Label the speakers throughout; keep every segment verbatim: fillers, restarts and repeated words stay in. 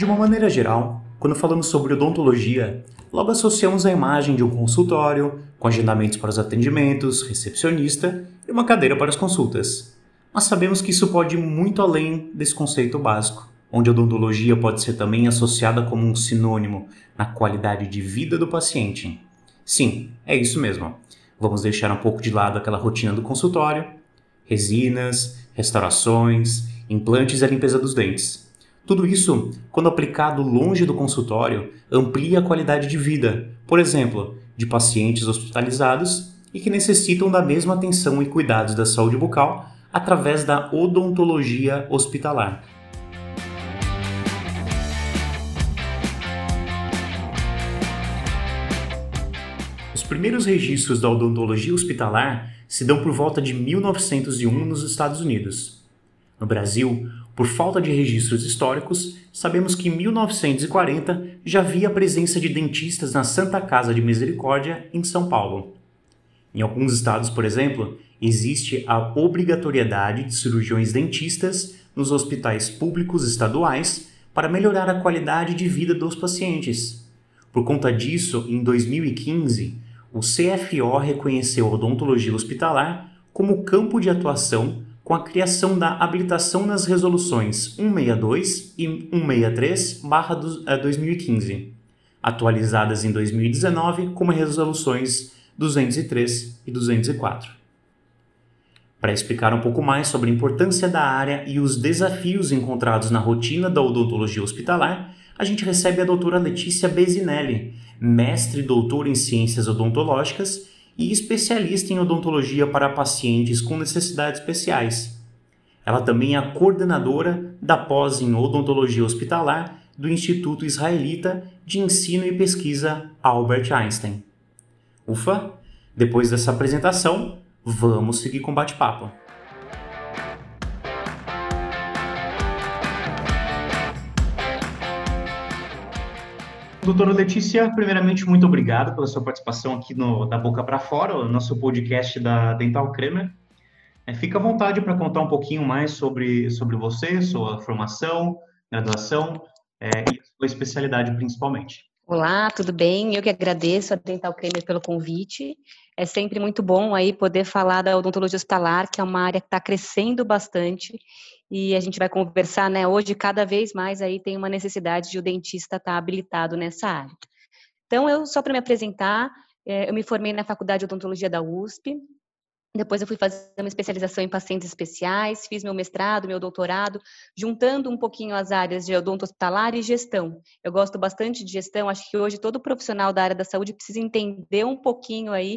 Speaker 1: De uma maneira geral, quando falamos sobre odontologia, logo associamos a imagem de um consultório, com agendamentos para os atendimentos, recepcionista e uma cadeira para as consultas. Mas sabemos que isso pode ir muito além desse conceito básico, onde a odontologia pode ser também associada como um sinônimo na qualidade de vida do paciente. Sim, é isso mesmo. Vamos deixar um pouco de lado aquela rotina do consultório, resinas, restaurações, implantes e a limpeza dos dentes. Tudo isso, quando aplicado longe do consultório, amplia a qualidade de vida, por exemplo, de pacientes hospitalizados e que necessitam da mesma atenção e cuidados da saúde bucal através da odontologia hospitalar. Os primeiros registros da odontologia hospitalar se dão por volta de mil novecentos e um nos Estados Unidos. No Brasil, por falta de registros históricos, sabemos que em mil novecentos e quarenta já havia a presença de dentistas na Santa Casa de Misericórdia, em São Paulo. Em alguns estados, por exemplo, existe a obrigatoriedade de cirurgiões dentistas nos hospitais públicos estaduais para melhorar a qualidade de vida dos pacientes. Por conta disso, em dois mil e quinze, o C F O reconheceu a odontologia hospitalar como campo de atuação com a criação da habilitação nas resoluções cento e sessenta e dois e cento e sessenta e três barra dois mil e quinze, atualizadas em dois mil e dezenove como resoluções duzentos e três e duzentos e quatro. Para explicar um pouco mais sobre a importância da área e os desafios encontrados na rotina da odontologia hospitalar, a gente recebe a doutora Letícia Bezinelli, mestre e doutora em ciências odontológicas e especialista em odontologia para pacientes com necessidades especiais. Ela também é a coordenadora da pós em odontologia hospitalar do Instituto Israelita de Ensino e Pesquisa Albert Einstein. Ufa! Depois dessa apresentação, vamos seguir com o bate-papo. Doutora Letícia, primeiramente, muito obrigado pela sua participação aqui no Da Boca para Fora, o nosso podcast da Dental Cremer. É, fica à vontade para contar um pouquinho mais sobre, sobre você, sua formação, graduação é, e sua especialidade principalmente.
Speaker 2: Olá, tudo bem? Eu que agradeço a Dental Cremer pelo convite. É sempre muito bom aí poder falar da odontologia hospitalar, que é uma área que está crescendo bastante, e a gente vai conversar, né? Hoje, cada vez mais aí tem uma necessidade de o dentista estar habilitado nessa área. Então, eu só para me apresentar, eu me formei na Faculdade de Odontologia da U S P. Depois eu fui fazer uma especialização em pacientes especiais, fiz meu mestrado, meu doutorado, juntando um pouquinho as áreas de odonto hospitalar e gestão. Eu gosto bastante de gestão, acho que hoje todo profissional da área da saúde precisa entender um pouquinho aí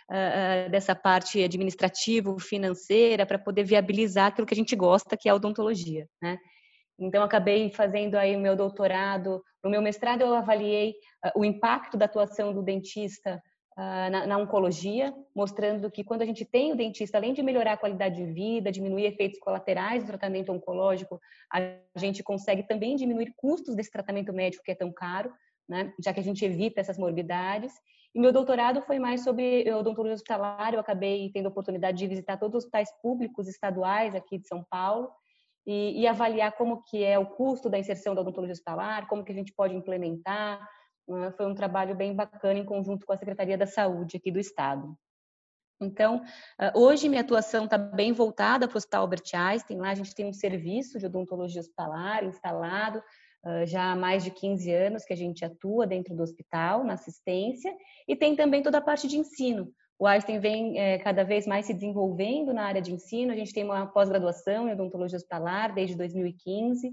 Speaker 2: uh, dessa parte administrativa, financeira, para poder viabilizar aquilo que a gente gosta, que é a odontologia, né? Então, acabei fazendo aí o meu doutorado. No meu mestrado, eu avaliei uh, o impacto da atuação do dentista Uh, na, na oncologia, mostrando que quando a gente tem o dentista, além de melhorar a qualidade de vida, diminuir efeitos colaterais do tratamento oncológico, a gente consegue também diminuir custos desse tratamento médico que é tão caro, né? Já que a gente evita essas morbidades. E meu doutorado foi mais sobre odontologia hospitalar. Eu acabei tendo a oportunidade de visitar todos os hospitais públicos estaduais aqui de São Paulo e, e avaliar como que é o custo da inserção da odontologia hospitalar, como que a gente pode implementar. Foi um trabalho bem bacana em conjunto com a Secretaria da Saúde aqui do Estado. Então, hoje minha atuação está bem voltada para o Hospital Albert Einstein. Lá a gente tem um serviço de odontologia hospitalar instalado já há mais de quinze anos que a gente atua dentro do hospital, na assistência, e tem também toda a parte de ensino. O Einstein vem é, cada vez mais se desenvolvendo na área de ensino. A gente tem uma pós-graduação em odontologia hospitalar desde dois mil e quinze,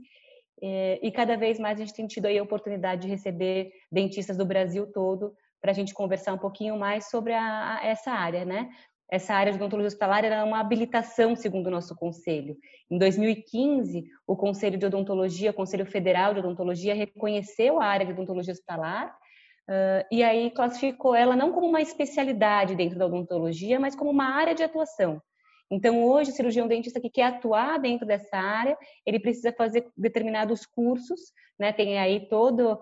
Speaker 2: e cada vez mais a gente tem tido aí a oportunidade de receber dentistas do Brasil todo para a gente conversar um pouquinho mais sobre a, a, essa área, né? Essa área de odontologia hospitalar era uma habilitação, segundo o nosso conselho. Em dois mil e quinze, o Conselho de Odontologia, o Conselho Federal de Odontologia, reconheceu a área de odontologia hospitalar uh, e aí classificou ela não como uma especialidade dentro da odontologia, mas como uma área de atuação. Então, hoje, o cirurgião dentista que quer atuar dentro dessa área, ele precisa fazer determinados cursos, né? Tem aí todo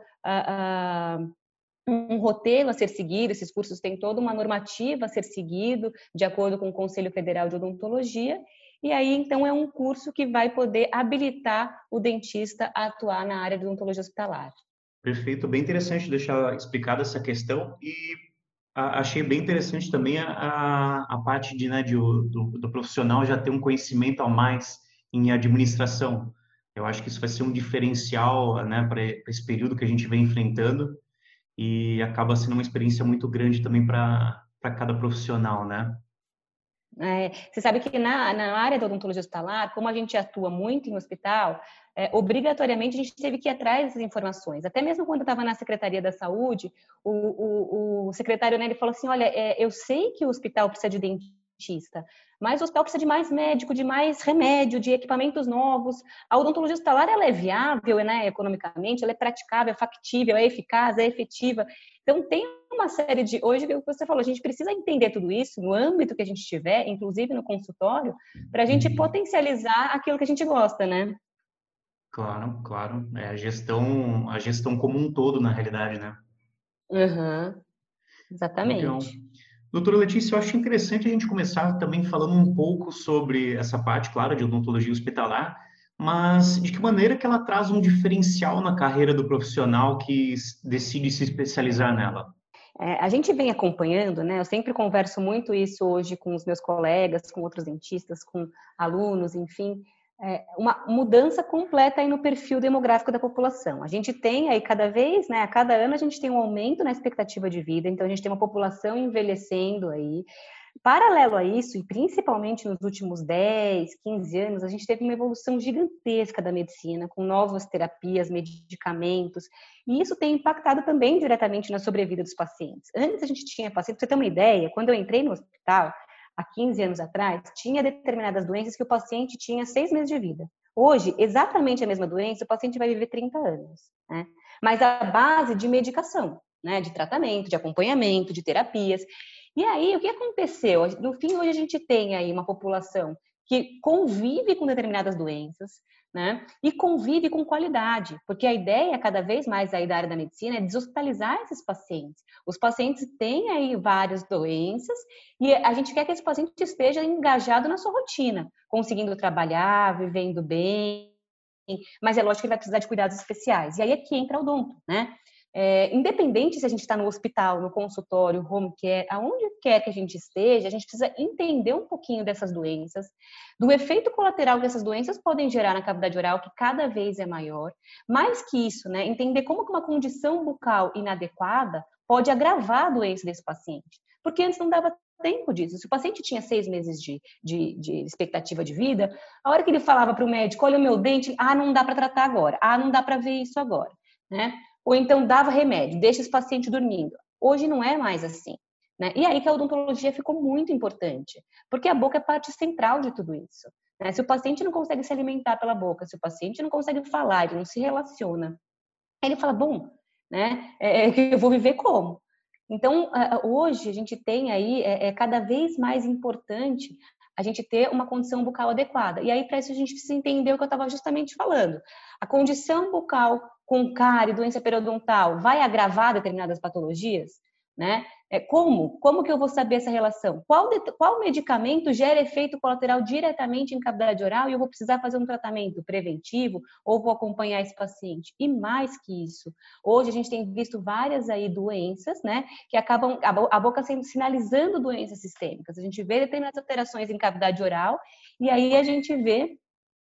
Speaker 2: uh, uh, um roteiro a ser seguido, esses cursos têm toda uma normativa a ser seguido, de acordo com o Conselho Federal de Odontologia, e aí então é um curso que vai poder habilitar o dentista a atuar na área de odontologia hospitalar.
Speaker 1: Perfeito, bem interessante deixar explicada essa questão e a, achei bem interessante também a, a, a parte de, né, de, o- do, do profissional já ter um conhecimento a mais em administração. Eu acho que isso vai ser um diferencial, né, para esse período que a gente vem enfrentando e acaba sendo uma experiência muito grande também para para cada profissional, né?
Speaker 2: É, você sabe que na, na área da odontologia hospitalar, como a gente atua muito em hospital, é, obrigatoriamente a gente teve que ir atrás dessas informações. Até mesmo quando eu estava na Secretaria da Saúde, o, o, o secretário, né, ele falou assim, olha, é, eu sei que o hospital precisa de dentista, mas o hospital precisa de mais médico, de mais remédio, de equipamentos novos. A odontologia hospitalar, ela é viável, né, economicamente, ela é praticável, é factível, é eficaz, é efetiva. Então, tem uma série de... Hoje, o que você falou, a gente precisa entender tudo isso no âmbito que a gente estiver, inclusive no consultório, para a gente potencializar aquilo que a gente gosta, né?
Speaker 1: Claro, claro. É a gestão, a gestão como um todo, na realidade, né?
Speaker 2: Uhum,
Speaker 1: Legal.
Speaker 2: exatamente.
Speaker 1: Doutora Letícia, eu acho interessante a gente começar também falando um pouco sobre essa parte, claro, de odontologia hospitalar, mas de que maneira que ela traz um diferencial na carreira do profissional que s- decide se especializar nela?
Speaker 2: É, a gente vem acompanhando, né? Eu sempre converso muito isso hoje com os meus colegas, com outros dentistas, com alunos, enfim, é, uma mudança completa aí no perfil demográfico da população. A gente tem aí cada vez, né? A cada ano a gente tem um aumento na expectativa de vida, então a gente tem uma população envelhecendo aí. Paralelo a isso, e principalmente nos últimos dez, quinze anos, a gente teve uma evolução gigantesca da medicina, com novas terapias, medicamentos, e isso tem impactado também diretamente na sobrevida dos pacientes. Antes a gente tinha pacientes, para você ter uma ideia, quando eu entrei no hospital, há quinze anos atrás, tinha determinadas doenças que o paciente tinha seis meses de vida. Hoje, exatamente a mesma doença, o paciente vai viver trinta anos, né? Mas a base de medicação, né, de tratamento, de acompanhamento, de terapias. E aí, o que aconteceu? No fim, hoje a gente tem aí uma população que convive com determinadas doenças, né? E convive com qualidade, porque a ideia cada vez mais aí da área da medicina é deshospitalizar esses pacientes. Os pacientes têm aí várias doenças e a gente quer que esse paciente esteja engajado na sua rotina, conseguindo trabalhar, vivendo bem, mas é lógico que ele vai precisar de cuidados especiais. E aí é que entra o odonto, né? É, independente se a gente está no hospital, no consultório, home care, aonde quer que a gente esteja, a gente precisa entender um pouquinho dessas doenças, do efeito colateral que essas doenças podem gerar na cavidade oral, que cada vez é maior. Mais que isso, né, entender como que uma condição bucal inadequada pode agravar a doença desse paciente. Porque antes não dava tempo disso. Se o paciente tinha seis meses de, de, de expectativa de vida, a hora que ele falava para o médico, olha o meu dente, ah, não dá para tratar agora, ah, não dá para ver isso agora, né? Ou então dava remédio, deixa esse paciente dormindo. Hoje não é mais assim, né? E aí que a odontologia ficou muito importante, porque a boca é parte central de tudo isso, né? Se o paciente não consegue se alimentar pela boca, se o paciente não consegue falar, ele não se relaciona, aí ele fala, bom, né? É, é, eu vou viver como? Então, hoje a gente tem aí, é, é cada vez mais importante a gente ter uma condição bucal adequada. E aí, para isso, a gente precisa entender o que eu estava justamente falando. A condição bucal com cárie, doença periodontal, vai agravar determinadas patologias? Né? É, como? Como que eu vou saber essa relação? Qual, de, qual medicamento gera efeito colateral diretamente em cavidade oral e eu vou precisar fazer um tratamento preventivo ou vou acompanhar esse paciente? E mais que isso, hoje a gente tem visto várias aí doenças, né, que acabam a boca sendo sinalizando doenças sistêmicas. A gente vê determinadas alterações em cavidade oral e aí a gente vê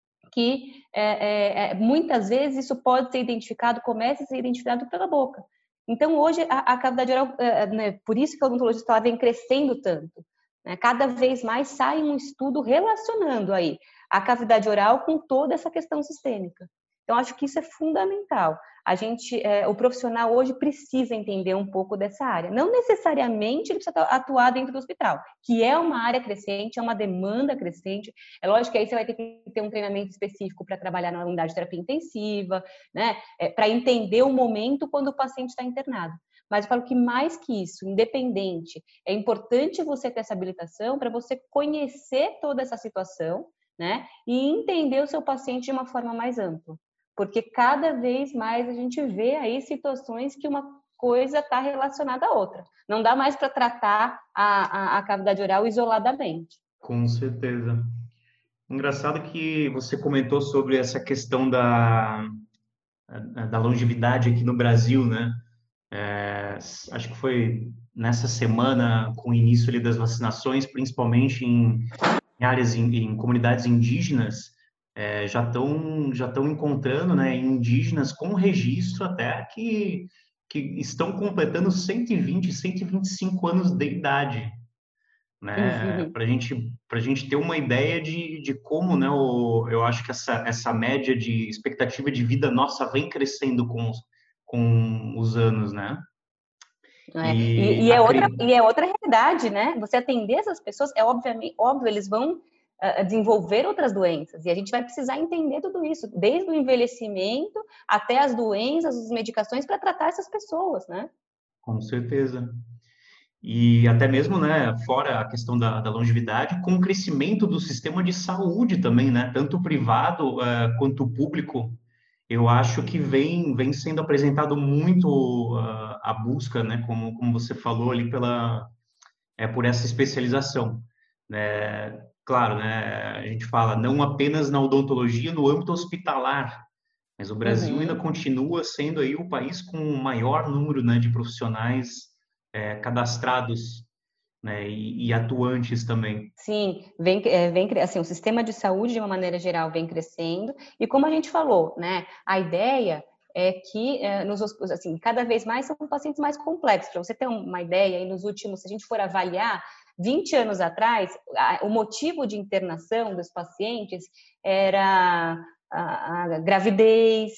Speaker 2: que é, é, muitas vezes isso pode ser identificado, começa a ser identificado pela boca. Então, hoje, a, a cavidade oral, é, né, por isso que a odontologista vem crescendo tanto. Né? Cada vez mais sai um estudo relacionando aí a cavidade oral com toda essa questão sistêmica. Então, acho que isso é fundamental. A gente, é, o profissional hoje precisa entender um pouco dessa área. Não necessariamente ele precisa atuar dentro do hospital, que é uma área crescente, é uma demanda crescente. É lógico que aí você vai ter que ter um treinamento específico para trabalhar na unidade de terapia intensiva, né? É, para entender o momento quando o paciente está internado. Mas eu falo que mais que isso, independente, é importante você ter essa habilitação para você conhecer toda essa situação, né? E entender o seu paciente de uma forma mais ampla. Porque cada vez mais a gente vê aí situações que uma coisa está relacionada à outra. Não dá mais para tratar a, a, a cavidade oral isoladamente.
Speaker 1: Com certeza. Engraçado que você comentou sobre essa questão da, da longevidade aqui no Brasil, né? É, acho que foi nessa semana, com o início ali das vacinações, principalmente em, em áreas, em, em comunidades indígenas, é, já estão já estão encontrando, né, indígenas com registro até que, que estão completando cento e vinte, cento e vinte e cinco anos de idade, né? Para gente, para gente ter uma ideia de, de como, né, o, eu acho que essa, essa média de expectativa de vida nossa vem crescendo com, os- com os anos, né?
Speaker 2: É, e,
Speaker 1: E
Speaker 2: e, é outra,
Speaker 1: acredito.
Speaker 2: e é outra realidade, né? Você atender essas pessoas, é obviamente, óbvio, eles vão uh, desenvolver outras doenças, e a gente vai precisar entender tudo isso, desde o envelhecimento até as doenças, as medicações para tratar essas pessoas, né?
Speaker 1: Com certeza. E até mesmo, né, fora a questão da, da longevidade, com o crescimento do sistema de saúde também, né, tanto o privado eh, quanto o público, eu acho que vem, vem sendo apresentado muito ah, a busca, né, como, como você falou ali, pela, é, por essa especialização, né. Claro, né, a gente fala não apenas na odontologia, no âmbito hospitalar, mas o Brasil ainda
Speaker 2: Uhum.
Speaker 1: continua sendo aí o país com o maior número, né, de profissionais é, cadastrados, né, e, e atuantes também.
Speaker 2: Sim, vem, é, vem, assim, o sistema de saúde, de uma maneira geral, vem crescendo, e como a gente falou, né, a ideia é que, é, nos, assim, cada vez mais são pacientes mais complexos. Para você ter uma ideia, aí nos últimos, se a gente for avaliar, vinte anos atrás, a, o motivo de internação dos pacientes era a, a gravidez,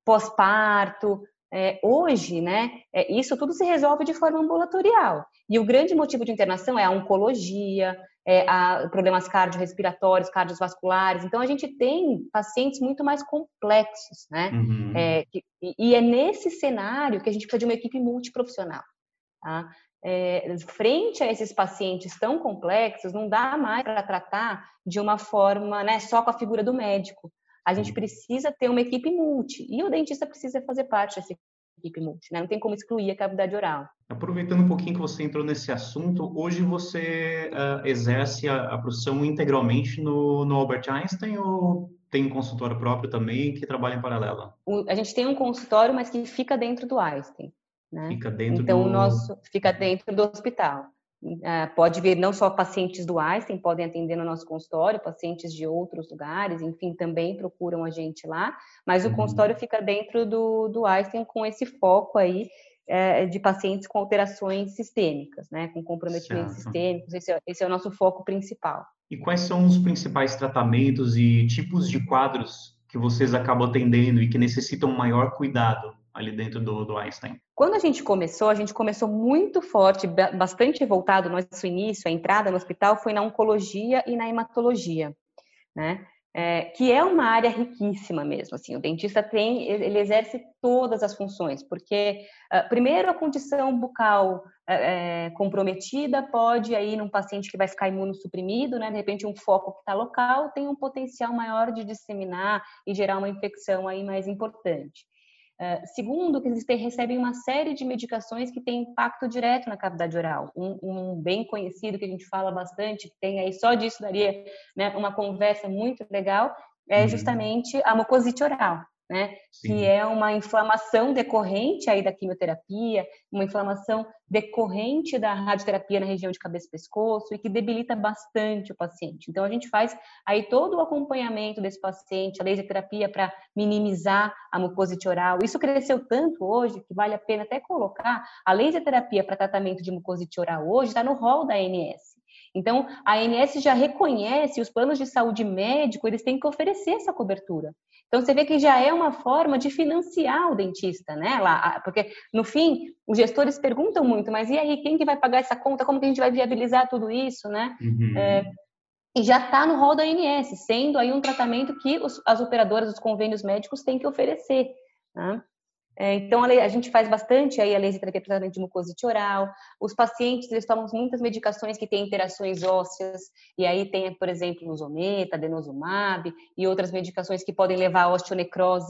Speaker 2: pós-parto. É, hoje, né, é, isso tudo se resolve de forma ambulatorial. E o grande motivo de internação é a oncologia, é, a problemas cardiorrespiratórios, cardiovasculares. Então, a gente tem pacientes muito mais complexos, né?
Speaker 1: Uhum.
Speaker 2: É, que, e é nesse cenário que a gente precisa de uma equipe multiprofissional, tá? É, frente a esses pacientes tão complexos, não dá mais para tratar de uma forma, né, só com a figura do médico. A gente
Speaker 1: Sim.
Speaker 2: precisa ter uma equipe multi, e o dentista precisa fazer parte dessa equipe multi, né? Não tem como excluir a cavidade oral.
Speaker 1: Aproveitando um pouquinho que você entrou nesse assunto, hoje você uh, exerce a, a profissão integralmente no, no Albert Einstein ou tem um consultório próprio também que trabalha em paralelo?
Speaker 2: O, a gente tem um consultório, mas que fica dentro do Einstein, né?
Speaker 1: Fica dentro
Speaker 2: Então, o
Speaker 1: do...
Speaker 2: nosso fica dentro do hospital. Uh, pode vir não só pacientes do Einstein, podem atender no nosso consultório, pacientes de outros lugares, enfim, também procuram a gente lá, mas o consultório
Speaker 1: Uhum.
Speaker 2: fica dentro do, do Einstein com esse foco aí é, de pacientes com alterações sistêmicas, né? Com comprometimentos
Speaker 1: Certo.
Speaker 2: sistêmicos, esse é, esse é o nosso foco principal.
Speaker 1: E quais são os principais tratamentos e tipos de quadros que vocês acabam atendendo e que necessitam maior cuidado ali dentro do, do Einstein?
Speaker 2: Quando a gente começou, a gente começou muito forte, bastante voltado, nosso início, a entrada no hospital foi na oncologia e na hematologia, né? É, que é uma área riquíssima mesmo, assim, o dentista tem, ele exerce todas as funções, porque, uh, primeiro, a condição bucal uh, comprometida pode, aí, num paciente que vai ficar imunossuprimido, né, de repente um foco que está local tem um potencial maior de disseminar e gerar uma infecção aí mais importante. Uh, segundo, que eles recebem uma série de medicações que têm impacto direto na cavidade oral. Um, um bem conhecido que a gente fala bastante, que tem aí só disso daria, né, uma conversa muito legal, é
Speaker 1: Uhum.
Speaker 2: justamente a mucosite oral, né, que
Speaker 1: Sim.
Speaker 2: é uma inflamação decorrente aí da quimioterapia, uma inflamação decorrente da radioterapia na região de cabeça e pescoço e que debilita bastante o paciente. Então, a gente faz aí todo o acompanhamento desse paciente, a laser terapia para minimizar a mucosite oral. Isso cresceu tanto hoje que vale a pena até colocar a laser terapia para tratamento de mucosite oral hoje está no rol da A N S. Então, a ANS já reconhece, os planos de saúde médico, eles têm que oferecer essa cobertura. Então, você vê que já é uma forma de financiar o dentista, né? Lá, porque, no fim, os gestores perguntam muito, mas e aí, quem que vai pagar essa conta? Como que a gente vai viabilizar tudo isso, né? É,
Speaker 1: Uhum.
Speaker 2: e já está no rol da A N S, sendo aí um tratamento que os, as operadoras, os convênios médicos têm que oferecer, né? É, então, a, a gente faz bastante aí a laser terapia para tratamento de mucosite oral. Os pacientes, eles tomam muitas medicações que têm interações ósseas, e aí tem, por exemplo, o Zometa, denosumab, e outras medicações que podem levar à osteonecrose.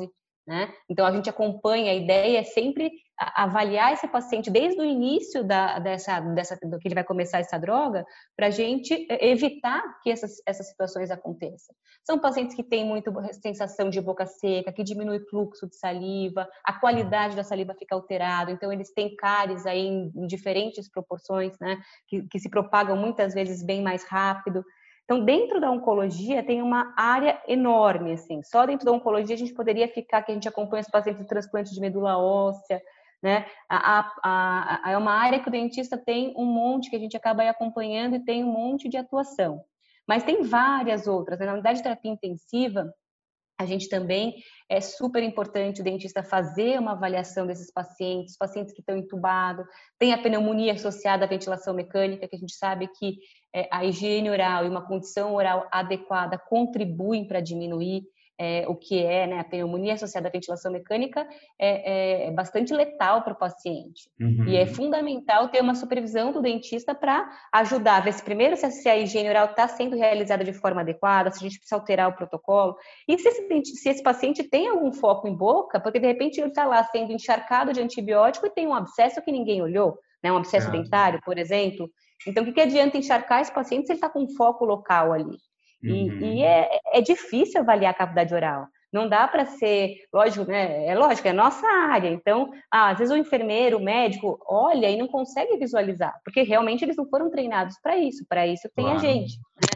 Speaker 2: né? Então, a gente acompanha, a ideia é sempre avaliar esse paciente desde o início da, dessa, dessa, do que ele vai começar essa droga, para a gente evitar que essas, essas situações aconteçam. São pacientes que têm muita sensação de boca seca, que diminui o fluxo de saliva, a qualidade da saliva fica alterada, então eles têm cáries aí em, em diferentes proporções, né? Que, que se propagam muitas vezes bem mais rápido. Então, dentro da oncologia, tem uma área enorme, assim. Só dentro da oncologia a gente poderia ficar, que a gente acompanha os pacientes de transplante de medula óssea, né? A, a, a, é uma área que o dentista tem um monte, que a gente acaba aí acompanhando e tem um monte de atuação. Mas tem várias outras, né? Na unidade de terapia intensiva, a gente também, é super importante o dentista fazer uma avaliação desses pacientes, pacientes que estão entubados, tem a pneumonia associada à ventilação mecânica, que a gente sabe que é, a higiene oral e uma condição oral adequada contribuem para diminuir é, o que é, né, a pneumonia associada à ventilação mecânica é, é, é bastante letal para o paciente. Uhum. E é fundamental ter uma supervisão do dentista para ajudar a ver se primeiro se a higiene oral está sendo realizada de forma adequada, se a gente precisa alterar o protocolo, e se esse, se esse paciente tem algum foco em boca, porque de repente ele está lá sendo encharcado de antibiótico e tem um abscesso que ninguém olhou, né, um abscesso é. dentário, por exemplo. Então, o que, que adianta encharcar esse paciente se ele está com um foco local ali? E, uhum. e é, é difícil avaliar a cavidade oral. Não dá para ser, lógico, né? É lógico, é a nossa área. Então, ah, às vezes o enfermeiro, o médico, olha e não consegue visualizar, porque realmente eles não foram treinados para isso. Para isso tem claro. a gente, né?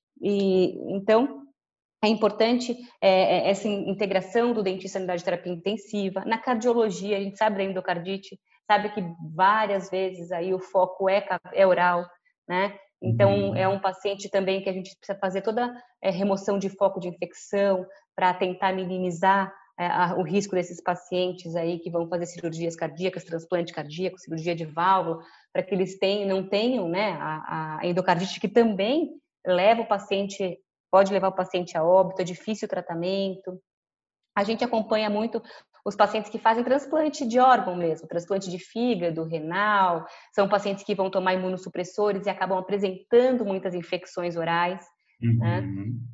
Speaker 2: E, então, é importante é, essa integração do dentista na unidade de terapia intensiva. Na cardiologia, a gente sabe da endocardite, sabe que várias vezes aí o foco é, é oral, né? Então, é um paciente também que a gente precisa fazer toda a remoção de foco de infecção para tentar minimizar é, a, o risco desses pacientes aí que vão fazer cirurgias cardíacas, transplante cardíaco, cirurgia de válvula, para que eles tenham, não tenham, né, a, a endocardite que também leva o paciente, pode levar o paciente a óbito, é difícil o tratamento. A gente acompanha muito os pacientes que fazem transplante de órgão mesmo, transplante de fígado, renal, são pacientes que vão tomar imunossupressores e acabam apresentando muitas infecções orais, uhum. né?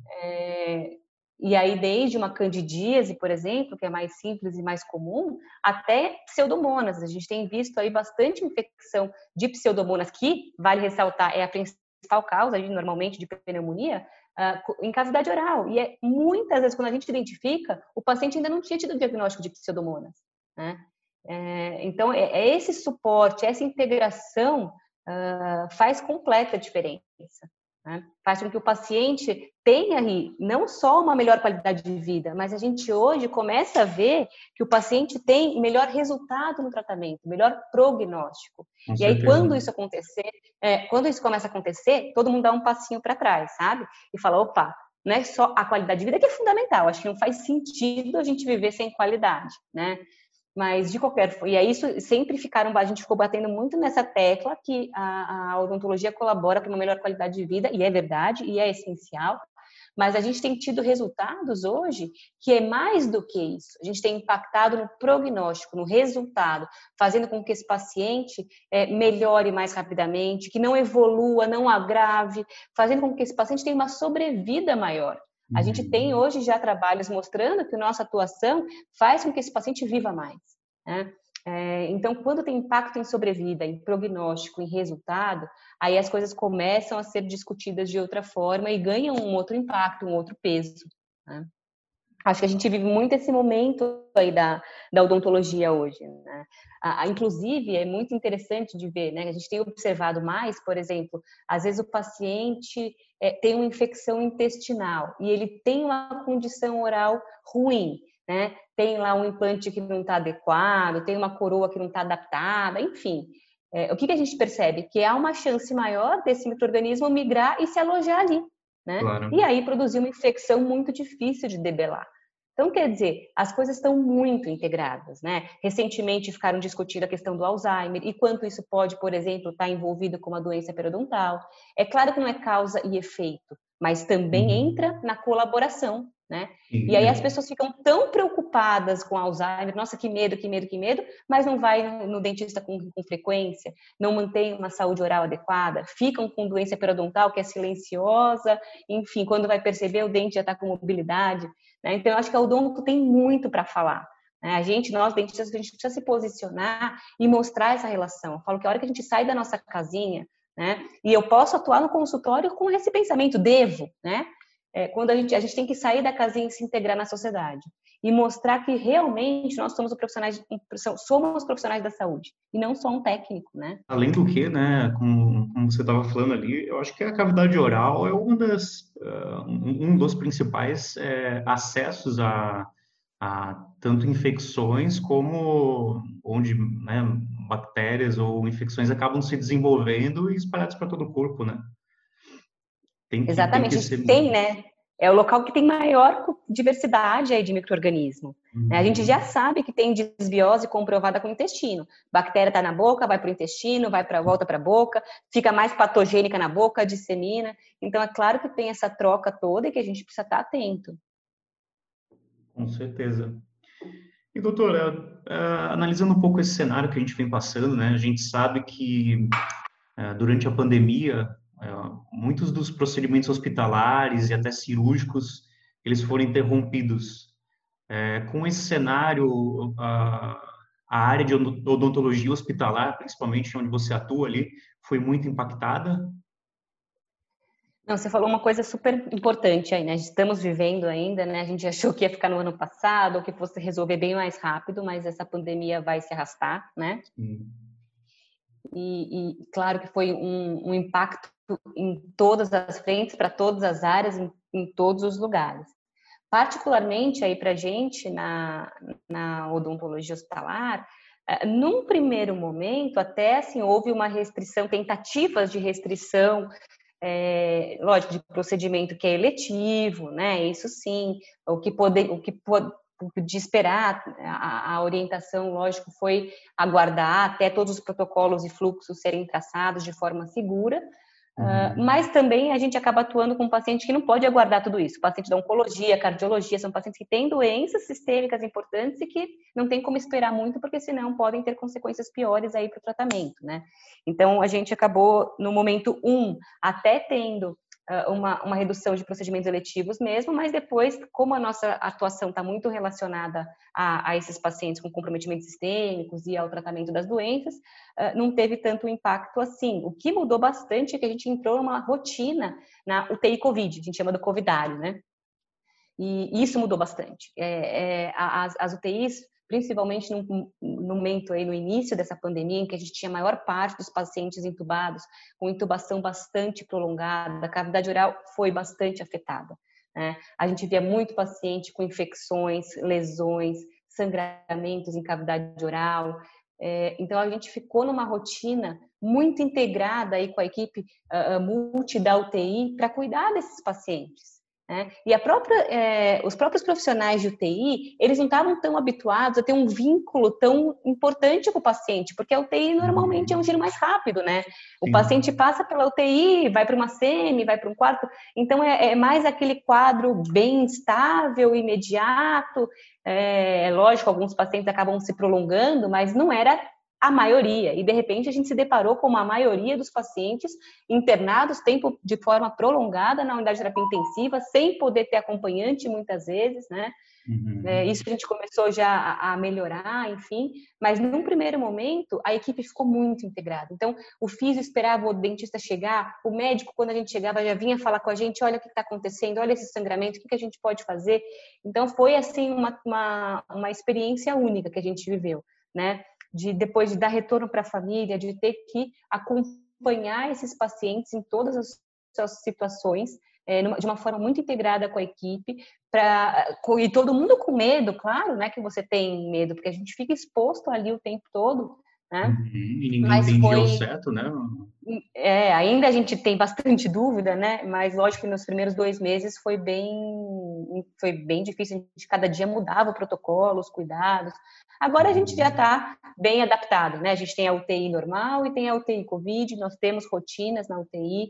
Speaker 2: É, e aí desde uma candidíase, por exemplo, que é mais simples e mais comum, até pseudomonas. A gente tem visto aí bastante infecção de pseudomonas, que, vale ressaltar, é a principal causa, normalmente, de pneumonia, Uh, em cavidade oral. E é, muitas vezes, quando a gente identifica, o paciente ainda não tinha tido o diagnóstico de pseudomonas, né? É, então, é, é esse suporte, essa integração uh, faz completa diferença, né? Faz com que o paciente tenha aí não só uma melhor qualidade de vida, mas a gente hoje começa a ver que o paciente tem melhor resultado no tratamento, melhor prognóstico. Com e certeza. Aí, quando isso acontecer, é, quando isso começa a acontecer, todo mundo dá um passinho para trás, sabe? E fala, opa, não é só a qualidade de vida que é fundamental, acho que não faz sentido a gente viver sem qualidade, né? Mas, de qualquer forma, e aí isso sempre ficaram, a gente ficou batendo muito nessa tecla que a, a odontologia colabora para uma melhor qualidade de vida, e é verdade, e é essencial, mas a gente tem tido resultados hoje que é mais do que isso. A gente tem impactado no prognóstico, no resultado, fazendo com que esse paciente é, melhore mais rapidamente, que não evolua, não agrave, fazendo com que esse paciente tenha uma sobrevida maior. A gente tem hoje já trabalhos mostrando que a nossa atuação faz com que esse paciente viva mais, né? É, então, quando tem impacto em sobrevida, em prognóstico, em resultado, aí as coisas começam a ser discutidas de outra forma e ganham um outro impacto, um outro peso, né? Acho que a gente vive muito esse momento aí da, da odontologia hoje, né? Ah, inclusive, é muito interessante de ver, né? A gente tem observado mais, por exemplo, às vezes o paciente é, tem uma infecção intestinal e ele tem uma condição oral ruim, né? Tem lá um implante que não está adequado, tem uma coroa que não está adaptada, enfim. É, o que, que a gente percebe? Que há uma chance maior desse micro-organismo migrar e se alojar ali, né? Claro. E aí produzir uma infecção muito difícil de debelar. Então, quer dizer, as coisas estão muito integradas, né? Recentemente ficaram discutindo a questão do Alzheimer e quanto isso pode, por exemplo, estar envolvido com uma doença periodontal. É claro que não é causa e efeito, mas também
Speaker 1: Uhum.
Speaker 2: entra na colaboração, né?
Speaker 1: Sim,
Speaker 2: E aí as
Speaker 1: é.
Speaker 2: pessoas ficam tão preocupadas com Alzheimer, nossa, que medo, que medo, que medo, mas não vai no, no dentista com, com frequência, não mantém uma saúde oral adequada, ficam com doença periodontal que é silenciosa, enfim, quando vai perceber o dente já está com mobilidade, né? Então eu acho que a odonto tem muito para falar. A gente, nós dentistas, a gente precisa se posicionar e mostrar essa relação. Eu falo que a hora que a gente sai da nossa casinha, né, e eu posso atuar no consultório com esse pensamento, devo, né? É, quando a gente, a gente tem que sair da casinha e se integrar na sociedade e mostrar que realmente nós somos profissionais, somos profissionais da saúde e não só um técnico, né?
Speaker 1: Além do que, né, como, como você estava falando ali, eu acho que a cavidade oral é uma das, uh, um, um dos principais é, acessos a, a tanto infecções como onde, né, bactérias ou infecções acabam se desenvolvendo e espalhadas para todo o corpo, né? Tem que, tem
Speaker 2: Exatamente,
Speaker 1: que
Speaker 2: a
Speaker 1: ser...
Speaker 2: gente tem, né? É o local que tem maior diversidade aí de micro-organismo. Né? A gente já
Speaker 1: Uhum.
Speaker 2: sabe que tem desbiose comprovada com o intestino. Bactéria está na boca, vai para o intestino, vai para volta para a boca, fica mais patogênica na boca, dissemina. Então é claro que tem essa troca toda e que a gente precisa estar atento.
Speaker 1: Com certeza. E, doutora, uh, analisando um pouco esse cenário que a gente vem passando, né, a gente sabe que uh, durante a pandemia, uh, muitos dos procedimentos hospitalares e até cirúrgicos, eles foram interrompidos. Uh, com esse cenário, uh, a área de odontologia hospitalar, principalmente onde você atua ali, foi muito impactada?
Speaker 2: Não, você falou uma coisa super importante aí, né? Estamos vivendo ainda, né? A gente achou que ia ficar no ano passado, ou que fosse resolver bem mais rápido, mas essa pandemia vai se arrastar, né?
Speaker 1: Sim.
Speaker 2: E, e claro que foi um, um impacto em todas as frentes, para todas as áreas, em, em todos os lugares. Particularmente aí para a gente, na, na odontologia hospitalar, num primeiro momento, até assim, houve uma restrição, tentativas de restrição, é, lógico, de procedimento que é eletivo, né? Isso sim, o que pode, o que pode, de esperar, a, a orientação, lógico, foi aguardar até todos os protocolos e fluxos serem traçados de forma segura, uh,
Speaker 1: Uhum.
Speaker 2: mas também a gente acaba atuando com um paciente que não pode aguardar tudo isso. Paciente da oncologia, cardiologia, são pacientes que têm doenças sistêmicas importantes e que não tem como esperar muito, porque senão podem ter consequências piores aí para o tratamento, né? Então, a gente acabou, no momento um, até tendo Uma, uma redução de procedimentos eletivos mesmo, mas depois, como a nossa atuação está muito relacionada a, a esses pacientes com comprometimentos sistêmicos e ao tratamento das doenças, uh, não teve tanto impacto assim. O que mudou bastante é que a gente entrou numa rotina na U T I Covid, a gente chama do covidário, né? E isso mudou bastante. É, é, as, as U T Is, principalmente no, no momento aí, no início dessa pandemia, em que a gente tinha a maior parte dos pacientes entubados, com intubação bastante prolongada, a cavidade oral foi bastante afetada. Né? A gente via muito paciente com infecções, lesões, sangramentos em cavidade oral. É, então, a gente ficou numa rotina muito integrada aí com a equipe uh, multi da U T I para cuidar desses pacientes. Né? E a própria, é, os próprios profissionais de U T I, eles não estavam tão habituados a ter um vínculo tão importante com o paciente, porque a U T I normalmente é um
Speaker 1: Uhum.
Speaker 2: giro mais rápido, né? O
Speaker 1: Sim.
Speaker 2: paciente passa pela U T I, vai para uma semi, vai para um quarto, então é, é mais aquele quadro bem estável, imediato. É, lógico, alguns pacientes acabam se prolongando, mas não era a maioria, e de repente a gente se deparou com a maioria dos pacientes internados tempo de forma prolongada na unidade de terapia intensiva, sem poder ter acompanhante muitas vezes, né? É,
Speaker 1: Uhum.
Speaker 2: isso a gente começou já a, a melhorar, enfim, mas num primeiro momento a equipe ficou muito integrada. Então, o físio esperava o dentista chegar, o médico, quando a gente chegava, já vinha falar com a gente, olha o que está acontecendo, olha esse sangramento, o que, que a gente pode fazer. Então, foi assim uma, uma, uma experiência única que a gente viveu, né? De depois de dar retorno para a família, de ter que acompanhar esses pacientes em todas as suas situações, é, de uma forma muito integrada com a equipe, pra, e todo mundo com medo, claro, né, que você tem medo, porque a gente fica exposto ali o tempo todo, né?
Speaker 1: Uhum. E ninguém
Speaker 2: Mas
Speaker 1: entendia ao
Speaker 2: foi,
Speaker 1: certo, né?
Speaker 2: é, ainda a gente tem bastante dúvida, né? Mas lógico que nos primeiros dois meses foi bem, foi bem difícil. A gente cada dia mudava o protocolo, os cuidados. Agora a gente já
Speaker 1: Uhum.
Speaker 2: está bem adaptado, né? A gente tem a U T I normal e tem a U T I Covid. Nós temos rotinas na U T I.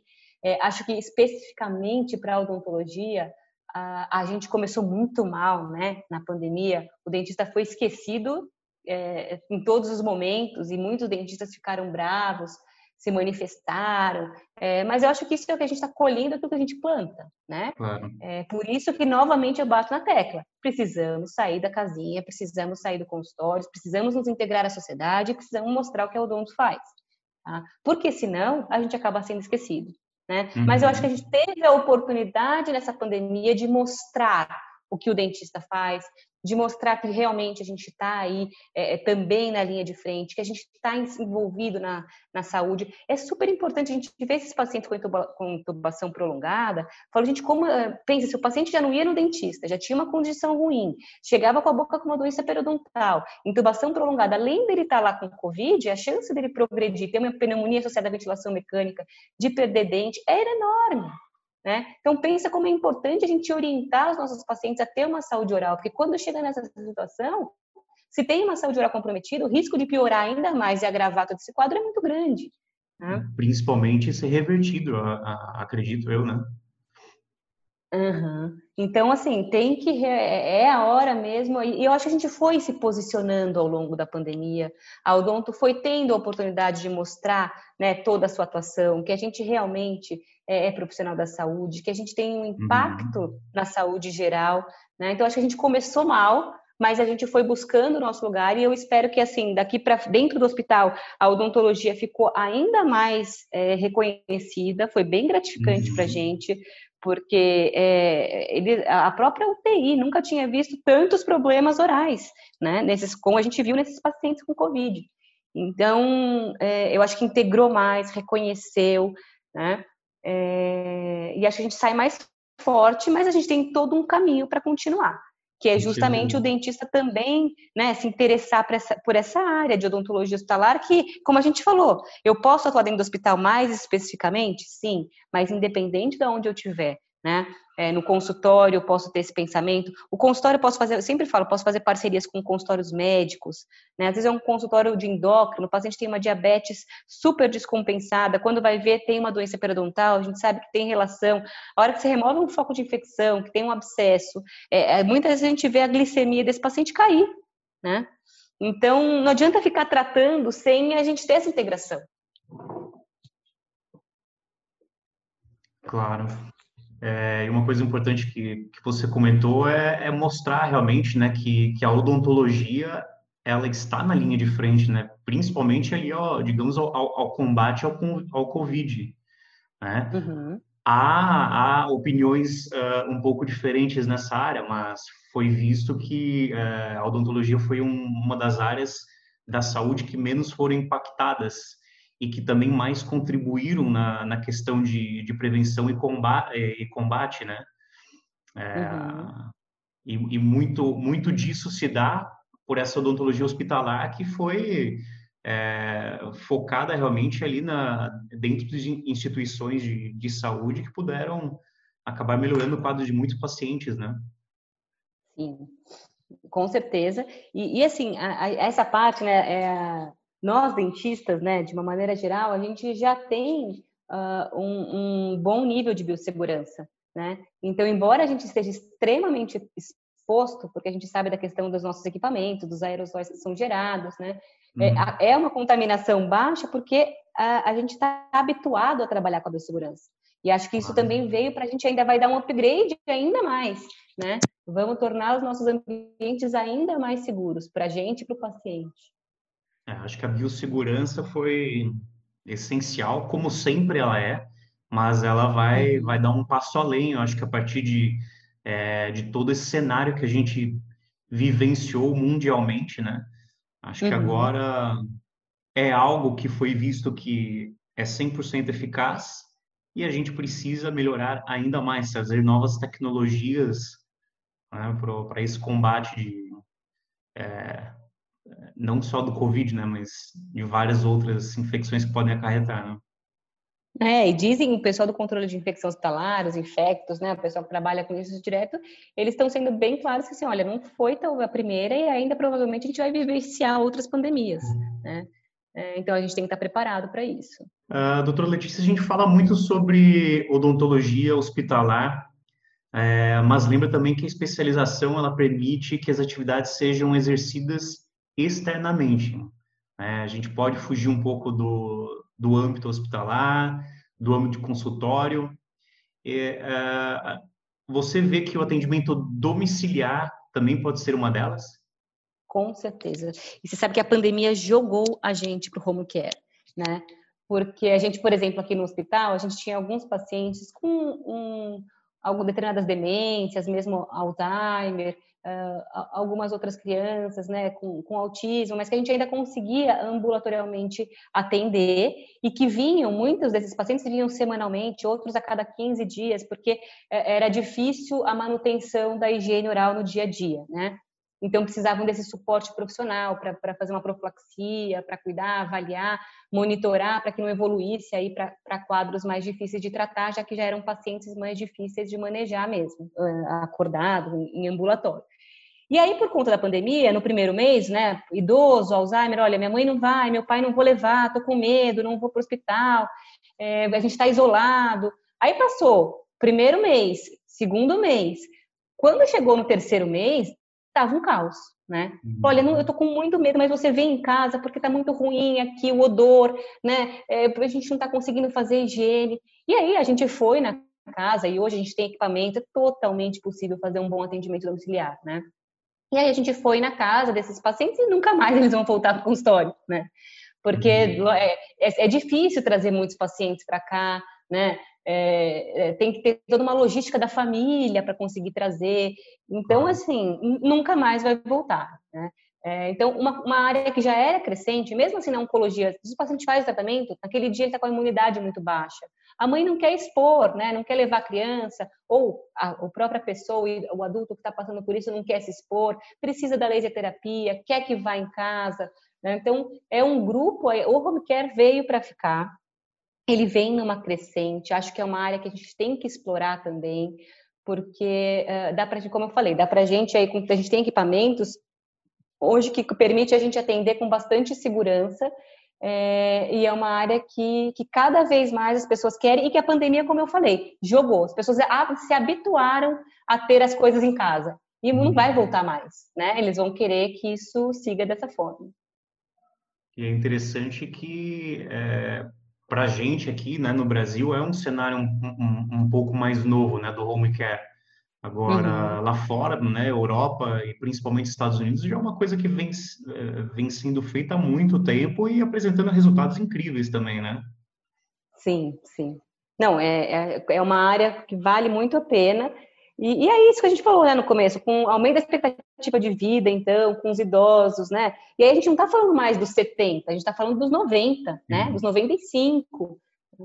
Speaker 2: É, acho que especificamente para a odontologia, a, a gente começou muito mal, né? Na pandemia, o dentista foi esquecido é, em todos os momentos e muitos dentistas ficaram bravos, se manifestaram, é, mas eu acho que isso é o que a gente está colhendo, aquilo que a gente planta, né?
Speaker 1: Claro.
Speaker 2: É, por isso que, novamente, eu bato na tecla. Precisamos sair da casinha, precisamos sair do consultório, precisamos nos integrar à sociedade, precisamos mostrar o que a odonto faz. Tá? Porque, senão, a gente acaba sendo esquecido. Né? Mas eu acho que a
Speaker 1: Uhum.
Speaker 2: gente teve a oportunidade nessa pandemia de mostrar o que o dentista faz, de mostrar que realmente a gente está aí é, também na linha de frente, que a gente está envolvido na, na saúde. É super importante a gente ver esses pacientes com, intuba, com intubação prolongada. Falo, gente, como, pensa, se o paciente já não ia no dentista, já tinha uma condição ruim, chegava com a boca com uma doença periodontal, intubação prolongada, além dele estar lá com Covid, a chance dele progredir, ter uma pneumonia associada à ventilação mecânica, de perder dente, era enorme. Né? Então, pensa como é importante a gente orientar os nossos pacientes a ter uma saúde oral, porque quando chega nessa situação, se tem uma saúde oral comprometida, o risco de piorar ainda mais e agravar todo esse quadro é muito grande. Né?
Speaker 1: Principalmente ser revertido, a, a, acredito eu, né?
Speaker 2: Uhum. Então, assim, tem que... É a hora mesmo, e eu acho que a gente foi se posicionando ao longo da pandemia, a Odonto foi tendo a oportunidade de mostrar, né, toda a sua atuação, que a gente realmente é, é profissional da saúde, que a gente tem um impacto
Speaker 1: Uhum.
Speaker 2: na saúde geral, né? Então, acho que a gente começou mal, mas a gente foi buscando o nosso lugar, e eu espero que, assim, daqui para dentro do hospital, a odontologia ficou ainda mais é, reconhecida, foi bem gratificante para a
Speaker 1: Uhum.
Speaker 2: gente, porque é, ele, a própria U T I nunca tinha visto tantos problemas orais, né, nesses, como a gente viu nesses pacientes com Covid. Então, é, eu acho que integrou mais, reconheceu, né, é, e acho que a gente sai mais forte, mas a gente tem todo um caminho para continuar, que é
Speaker 1: Com
Speaker 2: justamente
Speaker 1: certeza.
Speaker 2: o dentista também, né, se interessar por essa, por essa área de odontologia hospitalar, que, como a gente falou, eu posso atuar dentro do hospital mais especificamente? Sim, mas independente de onde eu estiver, né, é, no consultório eu posso ter esse pensamento, o consultório eu posso fazer, eu sempre falo, posso fazer parcerias com consultórios médicos, né, às vezes é um consultório de endócrino, o paciente tem uma diabetes super descompensada, quando vai ver tem uma doença periodontal, a gente sabe que tem relação, a hora que você remove um foco de infecção, que tem um abscesso, é, muitas vezes a gente vê a glicemia desse paciente cair, né? Então, não adianta ficar tratando sem a gente ter essa integração.
Speaker 1: Claro. É, e uma coisa importante que, que você comentou é, é mostrar realmente, né, que, que a odontologia ela está na linha de frente, né, principalmente ali, ó, digamos, ao, ao ao combate ao, con- ao Covid, né?
Speaker 2: Uhum.
Speaker 1: Há, há opiniões uh, um pouco diferentes nessa área, mas foi visto que uh, a odontologia foi um, uma das áreas da saúde que menos foram impactadas e que também mais contribuíram na, na questão de, de prevenção e combate, e combate, né?
Speaker 2: Uhum.
Speaker 1: E, e muito, muito disso se dá por essa odontologia hospitalar que foi é, focada realmente ali na, dentro de instituições de, de saúde que puderam acabar melhorando o quadro de muitos pacientes, né?
Speaker 2: Sim, com certeza. E, e assim, a, a, essa parte, né, é, nós dentistas, né, de uma maneira geral, a gente já tem uh, um, um bom nível de biossegurança, né? Então, embora a gente esteja extremamente exposto, porque a gente sabe da questão dos nossos equipamentos, dos aerossóis que são gerados, né?
Speaker 1: Uhum.
Speaker 2: É, é uma contaminação baixa porque a, a gente está habituado a trabalhar com a biossegurança. E acho que isso
Speaker 1: Claro.
Speaker 2: também veio para a gente ainda vai dar um upgrade ainda mais, né? Vamos tornar os nossos ambientes ainda mais seguros para a gente e para o paciente.
Speaker 1: É, acho que a biossegurança foi essencial, como sempre ela é, mas ela vai, vai
Speaker 2: Uhum.
Speaker 1: dar um passo além. Eu acho que a partir de, é, de todo esse cenário que a gente vivenciou mundialmente, né? Acho que
Speaker 2: Uhum.
Speaker 1: agora é algo que foi visto que é cem por cento eficaz e a gente precisa melhorar ainda mais, trazer novas tecnologias, né, para esse combate de não só do Covid, né, mas de várias outras infecções que podem acarretar, né?
Speaker 2: É, e dizem o pessoal do controle de infecção hospitalar, os infectos, né, o pessoal que trabalha com isso direto, eles estão sendo bem claros que assim, olha, não foi tal a primeira e ainda provavelmente a gente vai vivenciar outras pandemias, né? É, então, a gente tem que estar preparado para isso.
Speaker 1: Uh, doutora Letícia, a gente fala muito sobre odontologia hospitalar, é, mas lembra também que a especialização ela permite que as atividades sejam exercidas externamente. É, a gente pode fugir um pouco do, do âmbito hospitalar, do âmbito de consultório. É, é, você vê que o atendimento domiciliar também pode ser uma delas?
Speaker 2: Com certeza. E você sabe que a pandemia jogou a gente para o home care, né? Porque a gente, por exemplo, aqui no hospital, a gente tinha alguns pacientes com um, algumas determinadas demências, mesmo Alzheimer, uh, algumas outras crianças, né, com, com autismo, mas que a gente ainda conseguia ambulatorialmente atender e que vinham, muitos desses pacientes vinham semanalmente, outros a cada quinze dias, porque era difícil a manutenção da higiene oral no dia a dia, né? Então, precisavam desse suporte profissional para fazer uma profilaxia, para cuidar, avaliar, monitorar, para que não evoluísse aí para quadros mais difíceis de tratar, já que já eram pacientes mais difíceis de manejar mesmo, acordados, em ambulatório. E aí, por conta da pandemia, no primeiro mês, né, idoso, Alzheimer, olha, minha mãe não vai, meu pai não vou levar, tô com medo, não vou para o hospital, é, a gente está isolado. Aí passou primeiro mês, segundo mês. Quando chegou no terceiro mês, tava um caos, né? Uhum. Olha, não, eu tô com muito medo, mas você vem em casa porque tá muito ruim aqui o odor, né? É, a gente não tá conseguindo fazer higiene. E aí a gente foi na casa e hoje a gente tem equipamento, é totalmente possível fazer um bom atendimento domiciliar, né? E aí a gente foi na casa desses pacientes e nunca mais eles vão voltar pro consultório, né? Porque uhum. é, é, é difícil trazer muitos pacientes para cá, né? É, é, tem que ter toda uma logística da família para conseguir trazer. Então, assim, nunca mais vai voltar, né? É, então, uma, uma área que já era crescente, mesmo assim na oncologia, se o paciente faz o tratamento, naquele dia ele está com a imunidade muito baixa. A mãe não quer expor, né? Não quer levar a criança, ou a, a própria pessoa, o adulto que está passando por isso não quer se expor, precisa da laser terapia, quer que vá em casa, né? Então, é um grupo, o home care veio para ficar. Ele vem numa crescente, acho que é uma área que a gente tem que explorar também, porque uh, dá para, como eu falei, dá para a gente aí, a gente tem equipamentos hoje que permite a gente atender com bastante segurança, é, e é uma área que, que cada vez mais as pessoas querem, e que a pandemia, como eu falei, jogou. As pessoas se habituaram a ter as coisas em casa, e não vai voltar mais, né? Eles vão querer que isso siga dessa forma.
Speaker 1: E é interessante que... É... para a gente aqui, né, no Brasil, é um cenário um, um, um pouco mais novo, né, do home care. Agora, uhum. lá fora, né, Europa e principalmente Estados Unidos, já é uma coisa que vem, vem sendo feita há muito tempo e apresentando resultados incríveis também, né?
Speaker 2: Sim, sim. Não, é, é, é uma área que vale muito a pena. E, e é isso que a gente falou, né, no começo, com aumento da expectativa de vida, então, com os idosos, né? E aí a gente não está falando mais dos setenta, a gente está falando dos noventa, né? Dos noventa e cinco.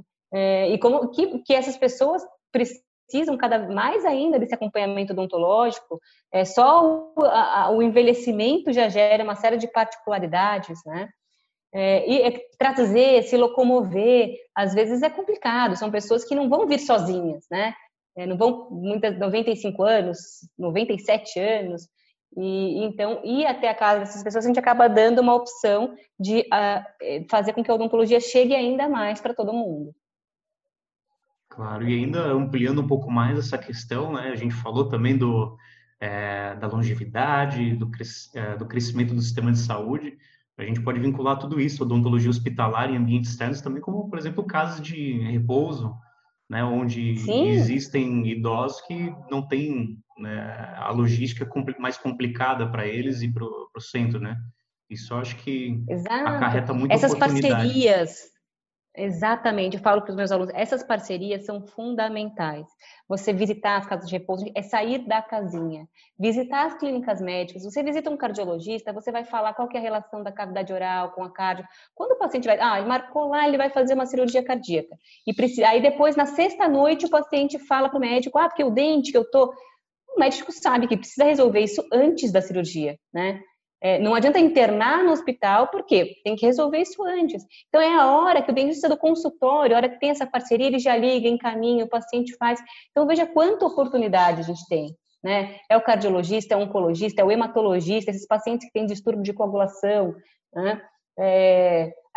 Speaker 2: É, e como que, que essas pessoas precisam cada mais ainda desse acompanhamento odontológico, é, só o, a, o envelhecimento já gera uma série de particularidades, né? É, e é, trazer, se locomover, às vezes é complicado, são pessoas que não vão vir sozinhas, né? É, não vão, muitas, noventa e cinco anos, noventa e sete anos, e então ir até a casa dessas pessoas, a gente acaba dando uma opção de uh, fazer com que a odontologia chegue ainda mais para todo mundo.
Speaker 1: Claro, e ainda ampliando um pouco mais essa questão, né? A gente falou também do, é, da longevidade, do, cres, é, do crescimento do sistema de saúde. A gente pode vincular tudo isso, odontologia hospitalar em ambientes externos, também como, por exemplo, casos de repouso, né, onde Sim. existem idosos que não têm, né, a logística mais complicada para eles e para o centro, né? Isso eu acho que Exato. acarreta muita
Speaker 2: Essas
Speaker 1: oportunidade.
Speaker 2: Parcerias, exatamente, eu falo para os meus alunos, essas parcerias são fundamentais. Você visitar as casas de repouso, é sair da casinha, visitar as clínicas médicas. Você visita um cardiologista, você vai falar qual que é a relação da cavidade oral com a cardio. Quando o paciente vai, ah, ele marcou lá, ele vai fazer uma cirurgia cardíaca. E precisa, aí depois, na sexta noite, o paciente fala para o médico, ah, porque o dente que eu tô... O médico sabe que precisa resolver isso antes da cirurgia, né? É, não adianta internar no hospital, porque tem que resolver isso antes. Então, é a hora que o dentista do consultório, a hora que tem essa parceria, ele já liga, encaminha, o paciente faz. Então, veja quanta oportunidade a gente tem, né? É o cardiologista, é o oncologista, é o hematologista, esses pacientes que têm distúrbio de coagulação, né? É,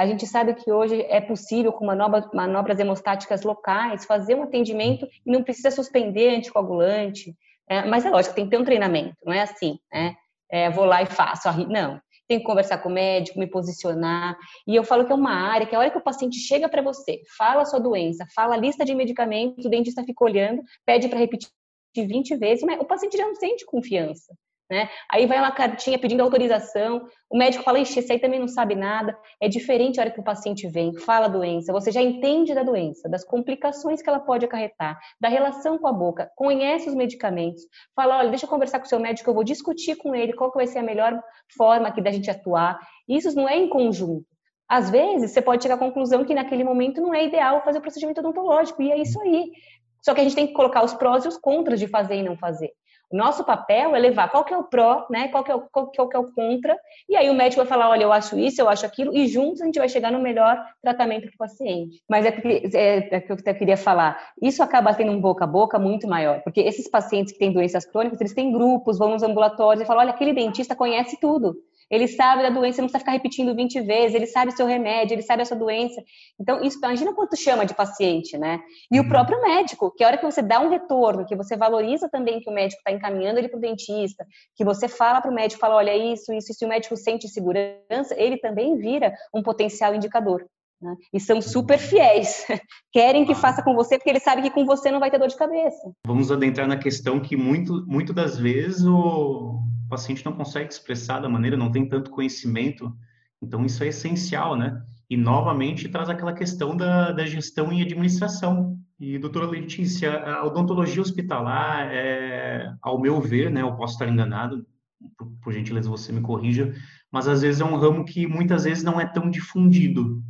Speaker 2: A gente sabe que hoje é possível, com manobras, manobras hemostáticas locais, fazer um atendimento e não precisa suspender anticoagulante. É, mas é lógico, tem que ter um treinamento, não é assim, né? É, vou lá e faço. Não, tem que conversar com o médico, me posicionar. E eu falo que é uma área que a hora que o paciente chega para você, fala a sua doença, fala a lista de medicamentos, o dentista fica olhando, pede para repetir vinte vezes, mas o paciente já não sente confiança. Né? Aí vai uma cartinha pedindo autorização, o médico fala, ixi, esse aí também não sabe nada. É diferente a hora que o paciente vem, fala a doença, você já entende da doença, das complicações que ela pode acarretar, da relação com a boca, conhece os medicamentos, fala, olha, deixa eu conversar com o seu médico, eu vou discutir com ele qual que vai ser a melhor forma aqui da gente atuar. Isso não é em conjunto. Às vezes, você pode chegar à conclusão que naquele momento não é ideal fazer o procedimento odontológico, e é isso aí. Só que a gente tem que colocar os prós e os contras de fazer e não fazer. O nosso papel é levar qual que é o pró, né? qual, que é o, qual, que é o contra, e aí o médico vai falar, olha, eu acho isso, eu acho aquilo, e juntos a gente vai chegar no melhor tratamento para o paciente. Mas é, porque, é, é que eu até queria falar, isso acaba tendo um boca a boca muito maior, porque esses pacientes que têm doenças crônicas, eles têm grupos, vão nos ambulatórios e falam, olha, aquele dentista conhece tudo. Ele sabe da doença, não precisa ficar repetindo vinte vezes, ele sabe o seu remédio, ele sabe a sua doença. Então, isso, imagina quanto chama de paciente, né? E o próprio médico, que a hora que você dá um retorno, que você valoriza também que o médico está encaminhando ele para o dentista, que você fala para o médico, fala, olha, isso, isso, e se o médico sente segurança, ele também vira um potencial indicador. Né? E são super fiéis, querem que faça com você, porque ele sabe que com você não vai ter dor de cabeça.
Speaker 1: Vamos adentrar na questão que muito, muito das vezes o paciente não consegue expressar da maneira, não tem tanto conhecimento, então isso é essencial, né? E novamente traz aquela questão da, da gestão e administração. E, doutora Letícia, a odontologia hospitalar, é, ao meu ver, né, eu posso estar enganado, por, por gentileza você me corrija, mas às vezes é um ramo que muitas vezes não é tão difundido.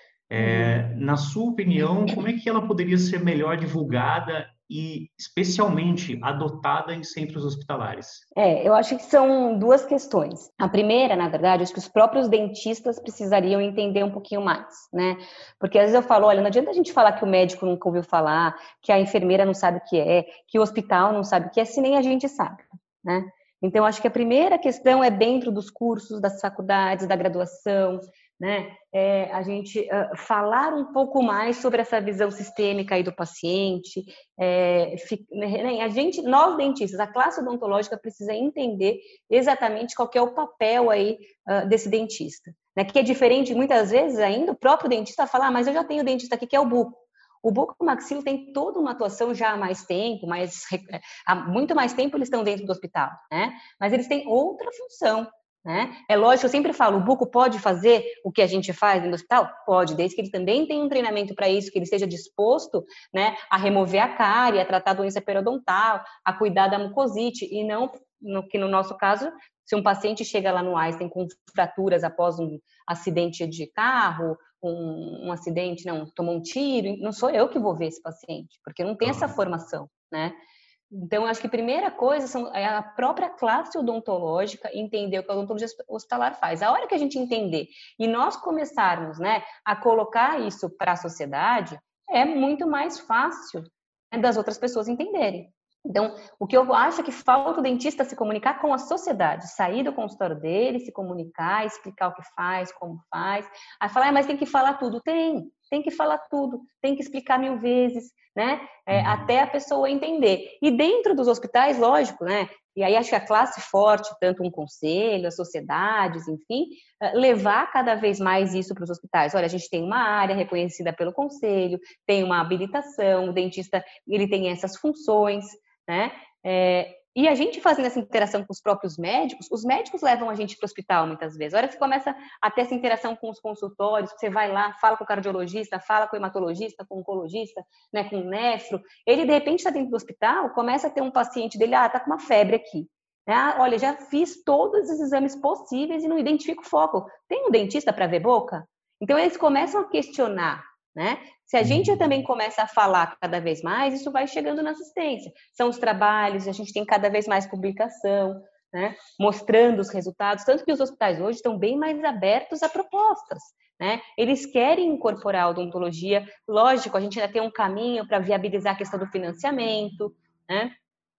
Speaker 1: É, na sua opinião, como é que ela poderia ser melhor divulgada e, especialmente, adotada em centros hospitalares?
Speaker 2: É, eu acho que são duas questões. A primeira, na verdade, acho que os próprios dentistas precisariam entender um pouquinho mais, né? Porque às vezes eu falo, olha, não adianta a gente falar que o médico nunca ouviu falar, que a enfermeira não sabe o que é, que o hospital não sabe o que é, se nem a gente sabe, né? Então, acho que a primeira questão é dentro dos cursos, das faculdades, da graduação, né? É, a gente uh, falar um pouco mais sobre essa visão sistêmica aí do paciente. É, fica, né? A gente, nós dentistas, a classe odontológica precisa entender exatamente qual que é o papel aí uh, desse dentista, né? Que é diferente, muitas vezes ainda, o próprio dentista fala, ah, mas eu já tenho dentista aqui que é o buco. O bucomaxilo tem toda uma atuação já há mais tempo, mais, há muito mais tempo eles estão dentro do hospital, né? Mas eles têm outra função, né? É lógico, eu sempre falo, o buco pode fazer o que a gente faz no hospital? Pode, desde que ele também tenha um treinamento para isso, que ele esteja disposto, né, a remover a cárie, a tratar a doença periodontal, a cuidar da mucosite, e não, no, que no nosso caso, se um paciente chega lá no Einstein com fraturas após um acidente de carro, um, um acidente, não, tomou um tiro, não sou eu que vou ver esse paciente, porque eu não tenho essa formação, né? Então, acho que a primeira coisa são, é a própria classe odontológica entender o que a odontologia hospitalar faz. A hora que a gente entender e nós começarmos, né, a colocar isso para a sociedade, é muito mais fácil, né, das outras pessoas entenderem. Então, o que eu acho é que falta o dentista se comunicar com a sociedade, sair do consultório dele, se comunicar, explicar o que faz, como faz. Aí falar, ah, mas tem que falar tudo. Tem, tem que falar tudo, tem que explicar mil vezes, né? É, até a pessoa entender. E dentro dos hospitais, lógico, né? E aí acho que a classe forte, tanto um conselho, as sociedades, enfim, levar cada vez mais isso para os hospitais. Olha, a gente tem uma área reconhecida pelo conselho, tem uma habilitação, o dentista ele tem essas funções, né? É, e a gente fazendo essa interação com os próprios médicos, os médicos levam a gente para o hospital muitas vezes. A hora que você começa a ter essa interação com os consultórios, você vai lá, fala com o cardiologista, fala com o hematologista, com o oncologista, né, com o nefro, ele de repente está dentro do hospital, começa a ter um paciente dele, ah, tá com uma febre aqui. Ah, olha, já fiz todos os exames possíveis e não identifico foco. Tem um dentista para ver boca? Então eles começam a questionar, né? Se a gente também começa a falar cada vez mais, isso vai chegando na assistência. São os trabalhos, a gente tem cada vez mais publicação, né, mostrando os resultados, tanto que os hospitais hoje estão bem mais abertos a propostas, né? Eles querem incorporar a odontologia, lógico, a gente ainda tem um caminho para viabilizar a questão do financiamento, né?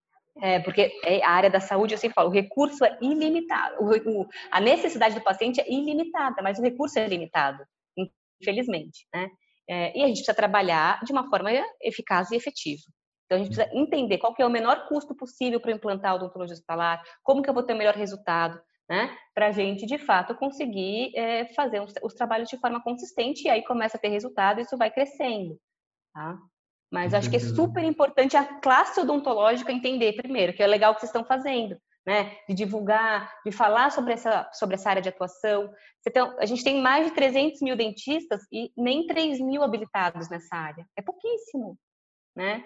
Speaker 2: É, porque a área da saúde, eu sempre falo, o recurso é ilimitado, o, o, a necessidade do paciente é ilimitada, mas o recurso é limitado. infelizmente, né? É, e a gente precisa trabalhar de uma forma eficaz e efetiva. Então, a gente precisa entender qual que é o menor custo possível para implantar a odontologia hospitalar, como que eu vou ter o melhor resultado, né? Para a gente, de fato, conseguir é, fazer os, os trabalhos de forma consistente e aí começa a ter resultado e isso vai crescendo, tá? Mas
Speaker 1: Com
Speaker 2: acho que é
Speaker 1: certeza.
Speaker 2: super importante a classe odontológica entender primeiro, que é legal o que vocês estão fazendo, né? De divulgar, de falar sobre essa, sobre essa área de atuação. Você tem, a gente tem mais de trezentos mil dentistas e nem três mil habilitados nessa área. É pouquíssimo, né?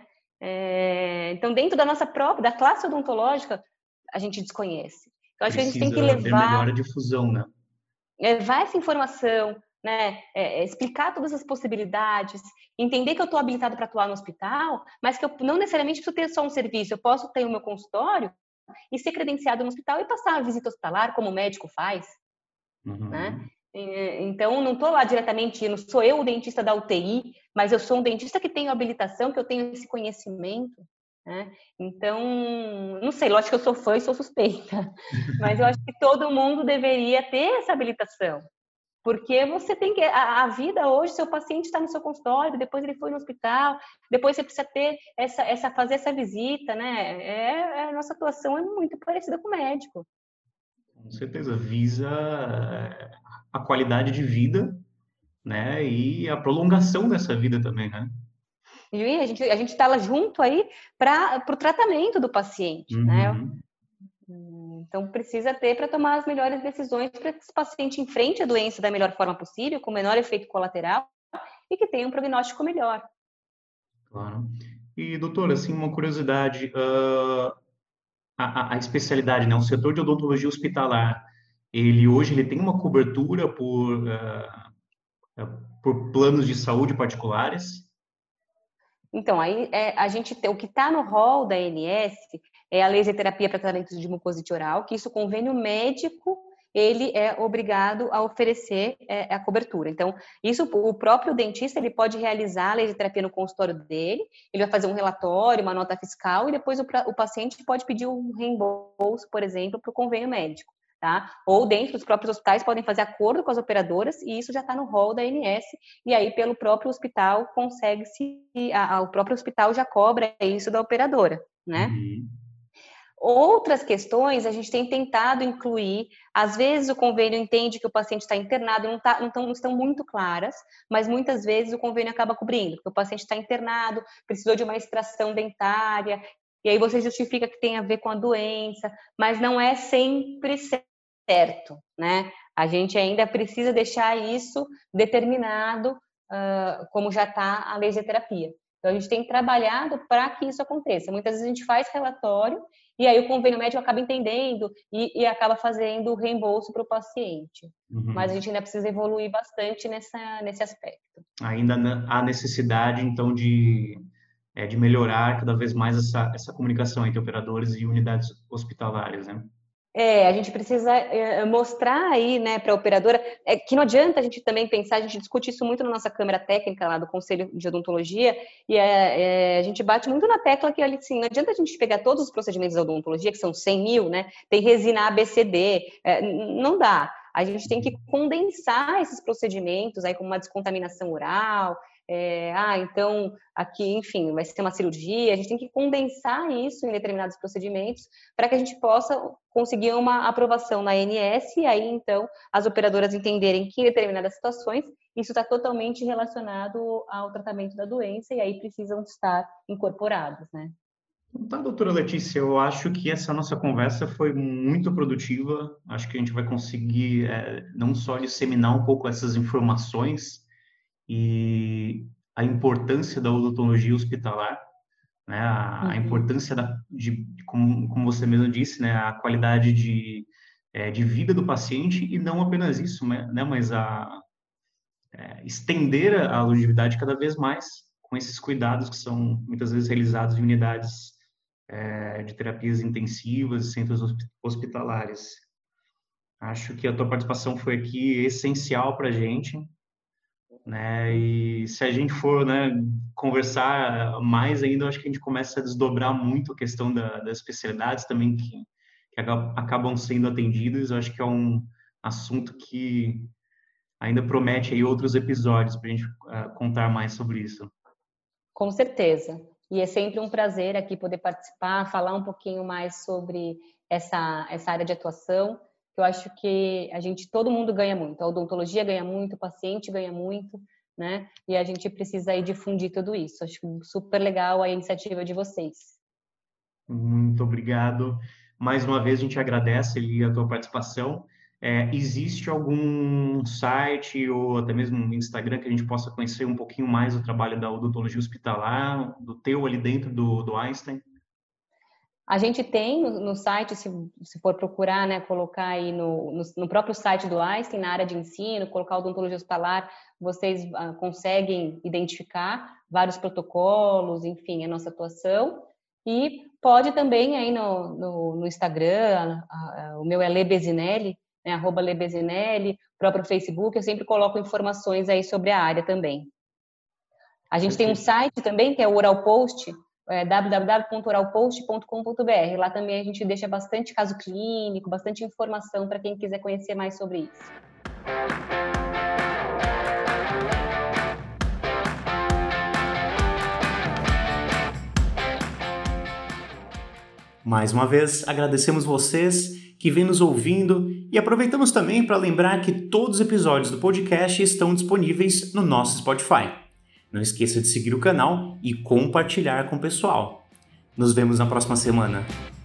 Speaker 2: É, então, dentro da nossa própria, da classe odontológica, a gente desconhece. Então, acho que a gente tem que
Speaker 1: Precisa ter
Speaker 2: levar,
Speaker 1: melhor a difusão, né?
Speaker 2: levar essa informação, né? É, é, explicar todas as possibilidades, entender que eu estou habilitado para atuar no hospital, mas que eu não necessariamente preciso ter só um serviço, eu posso ter o meu consultório e ser credenciado no hospital e passar a visita hospitalar, como o médico faz, né?
Speaker 1: Uhum.
Speaker 2: Então, não estou lá diretamente, não sou eu o dentista da U T I, mas eu sou um dentista que tenho habilitação, que eu tenho esse conhecimento, né? Então, não sei, lógico que eu sou fã e sou suspeita, mas eu acho que todo mundo deveria ter essa habilitação, porque você tem que, a, a vida hoje, seu paciente está no seu consultório, depois ele foi no hospital, depois você precisa ter essa, essa fazer essa visita, né? É, a nossa atuação é muito parecida com o médico.
Speaker 1: Com certeza, visa eh, a qualidade de vida, né? E a prolongação dessa vida também, né?
Speaker 2: E a gente a gente está lá junto aí para o tratamento do paciente, né?
Speaker 1: Uhum.
Speaker 2: Então precisa ter para tomar as melhores decisões para que esse paciente enfrente a doença da melhor forma possível, com o menor efeito colateral e que tenha um prognóstico melhor.
Speaker 1: Claro. E, doutor, assim, uma curiosidade, ah, a, a- a especialidade, né? O setor de odontologia hospitalar, ele hoje ele tem uma cobertura por, ah, ah, por planos de saúde particulares?
Speaker 2: Então, aí é, a gente tem, o que está no rol da A N S é a laser terapia para tratamento de mucosite oral, que isso o convênio médico ele é obrigado a oferecer é, a cobertura. Então, isso o próprio dentista ele pode realizar a laser terapia no consultório dele, ele vai fazer um relatório, uma nota fiscal e depois o, o paciente pode pedir um reembolso, por exemplo, para o convênio médico. Tá? Ou dentro dos próprios hospitais podem fazer acordo com as operadoras e isso já está no rol da A N S e aí pelo próprio hospital consegue-se, a, a, o próprio hospital já cobra isso da operadora, né?
Speaker 1: Uhum.
Speaker 2: Outras questões a gente tem tentado incluir, às vezes o convênio entende que o paciente está internado, não, tá, não, tão, não estão muito claras, mas muitas vezes o convênio acaba cobrindo, porque o paciente está internado, precisou de uma extração dentária, e aí você justifica que tem a ver com a doença, mas não é sempre certo, né? A gente ainda precisa deixar isso determinado, uh, como já está a lesioterapia. Então, a gente tem trabalhado para que isso aconteça. Muitas vezes a gente faz relatório e aí o convênio médico acaba entendendo e, e acaba fazendo o reembolso para o paciente.
Speaker 1: Uhum.
Speaker 2: Mas a gente ainda precisa evoluir bastante nessa, nesse aspecto.
Speaker 1: Ainda na- há necessidade, então, de, é, de melhorar cada vez mais essa, essa comunicação entre operadores e unidades hospitalares, né?
Speaker 2: É, a gente precisa é, mostrar aí, né, para a operadora, é, que não adianta a gente também pensar, a gente discute isso muito na nossa câmara técnica lá do Conselho de Odontologia, e é, é, a gente bate muito na tecla que, assim, não adianta a gente pegar todos os procedimentos da odontologia, que são cem mil, né, tem resina A B C D, é, não dá. A gente tem que condensar esses procedimentos aí com uma descontaminação oral, é, ah, então, aqui, enfim, vai ser uma cirurgia, a gente tem que condensar isso em determinados procedimentos para que a gente possa conseguir uma aprovação na A N S e aí, então, as operadoras entenderem que em determinadas situações isso está totalmente relacionado ao tratamento da doença e aí precisam estar incorporados, né?
Speaker 1: Tá, doutora Letícia, eu acho que essa nossa conversa foi muito produtiva. Acho que a gente vai conseguir é, não só disseminar um pouco essas informações e a importância da odontologia hospitalar, né? A, a
Speaker 2: Uhum.
Speaker 1: importância da, de, como, como você mesmo disse, né? A qualidade de, é, de vida do paciente e não apenas isso, né? Mas a é, estender a longevidade cada vez mais com esses cuidados que são muitas vezes realizados em unidades é, de terapias intensivas e centros hospitalares. Acho que a tua participação foi aqui essencial para a gente, né? E se a gente for, né, conversar mais ainda, acho que a gente começa a desdobrar muito a questão da, das especialidades também que, que acabam sendo atendidas. Eu acho que é um assunto que ainda promete aí outros episódios para a gente uh, contar mais sobre isso.
Speaker 2: Com certeza. E é sempre um prazer aqui poder participar, falar um pouquinho mais sobre essa, essa área de atuação. Eu acho que a gente, todo mundo ganha muito. A odontologia ganha muito, o paciente ganha muito, né? E a gente precisa aí difundir tudo isso. Acho super legal a iniciativa de vocês.
Speaker 1: Muito obrigado. Mais uma vez a gente agradece ali a tua participação. É, existe algum site ou até mesmo um Instagram que a gente possa conhecer um pouquinho mais do trabalho da odontologia hospitalar, do teu ali dentro do, do Einstein?
Speaker 2: A gente tem no, no site, se, se for procurar, né, colocar aí no, no, no próprio site do Einstein, na área de ensino, colocar odontologia hospitalar, vocês uh, conseguem identificar vários protocolos, enfim, a nossa atuação. E pode também aí no, no, no Instagram, uh, uh, o meu é Lê Bezinelli, né, arroba Lê Bezinelli, próprio Facebook, eu sempre coloco informações aí sobre a área também. A gente tem um site também, que é o Oral Post, é w w w ponto oral post ponto com ponto b r. Lá também a gente deixa bastante caso clínico, bastante informação para quem quiser conhecer mais sobre isso.
Speaker 1: Mais uma vez, agradecemos vocês que vêm nos ouvindo e aproveitamos também para lembrar que todos os episódios do podcast estão disponíveis no nosso Spotify. Não esqueça de seguir o canal e compartilhar com o pessoal. Nos vemos na próxima semana.